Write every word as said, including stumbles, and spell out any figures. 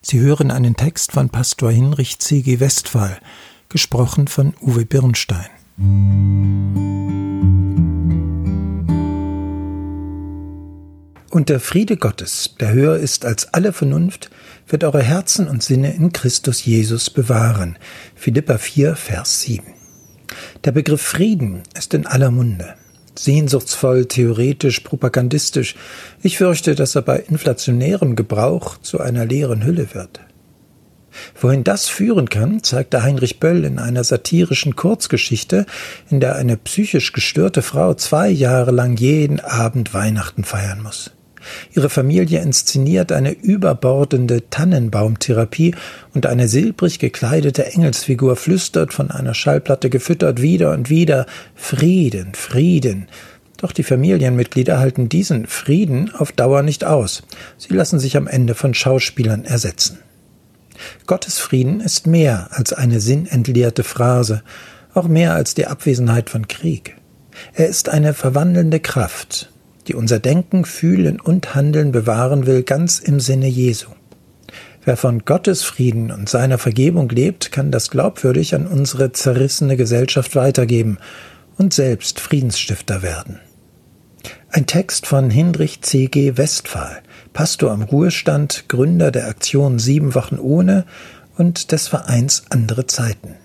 Sie hören einen Text von Pastor Hinrich C G Westphal, gesprochen von Uwe Birnstein. Und der Friede Gottes, der höher ist als alle Vernunft, wird eure Herzen und Sinne in Christus Jesus bewahren. Philipper vier, Vers sieben. Der Begriff Frieden ist in aller Munde. Sehnsuchtsvoll, theoretisch, propagandistisch. Ich fürchte, dass er bei inflationärem Gebrauch zu einer leeren Hülle wird. Wohin das führen kann, zeigte Heinrich Böll in einer satirischen Kurzgeschichte, in der eine psychisch gestörte Frau zwei Jahre lang jeden Abend Weihnachten feiern muss. Ihre Familie inszeniert eine überbordende Tannenbaumtherapie und eine silbrig gekleidete Engelsfigur flüstert, von einer Schallplatte gefüttert, wieder und wieder Frieden, Frieden. Doch die Familienmitglieder halten diesen Frieden auf Dauer nicht aus. Sie lassen sich am Ende von Schauspielern ersetzen. Gottes Frieden ist mehr als eine sinnentleerte Phrase, auch mehr als die Abwesenheit von Krieg. Er ist eine verwandelnde Kraft, die unser Denken, Fühlen und Handeln bewahren will, ganz im Sinne Jesu. Wer von Gottes Frieden und seiner Vergebung lebt, kann das glaubwürdig an unsere zerrissene Gesellschaft weitergeben und selbst Friedensstifter werden. Ein Text von Hinrich C G Westphal, Pastor am Ruhestand, Gründer der Aktion Sieben Wochen ohne und des Vereins Andere Zeiten.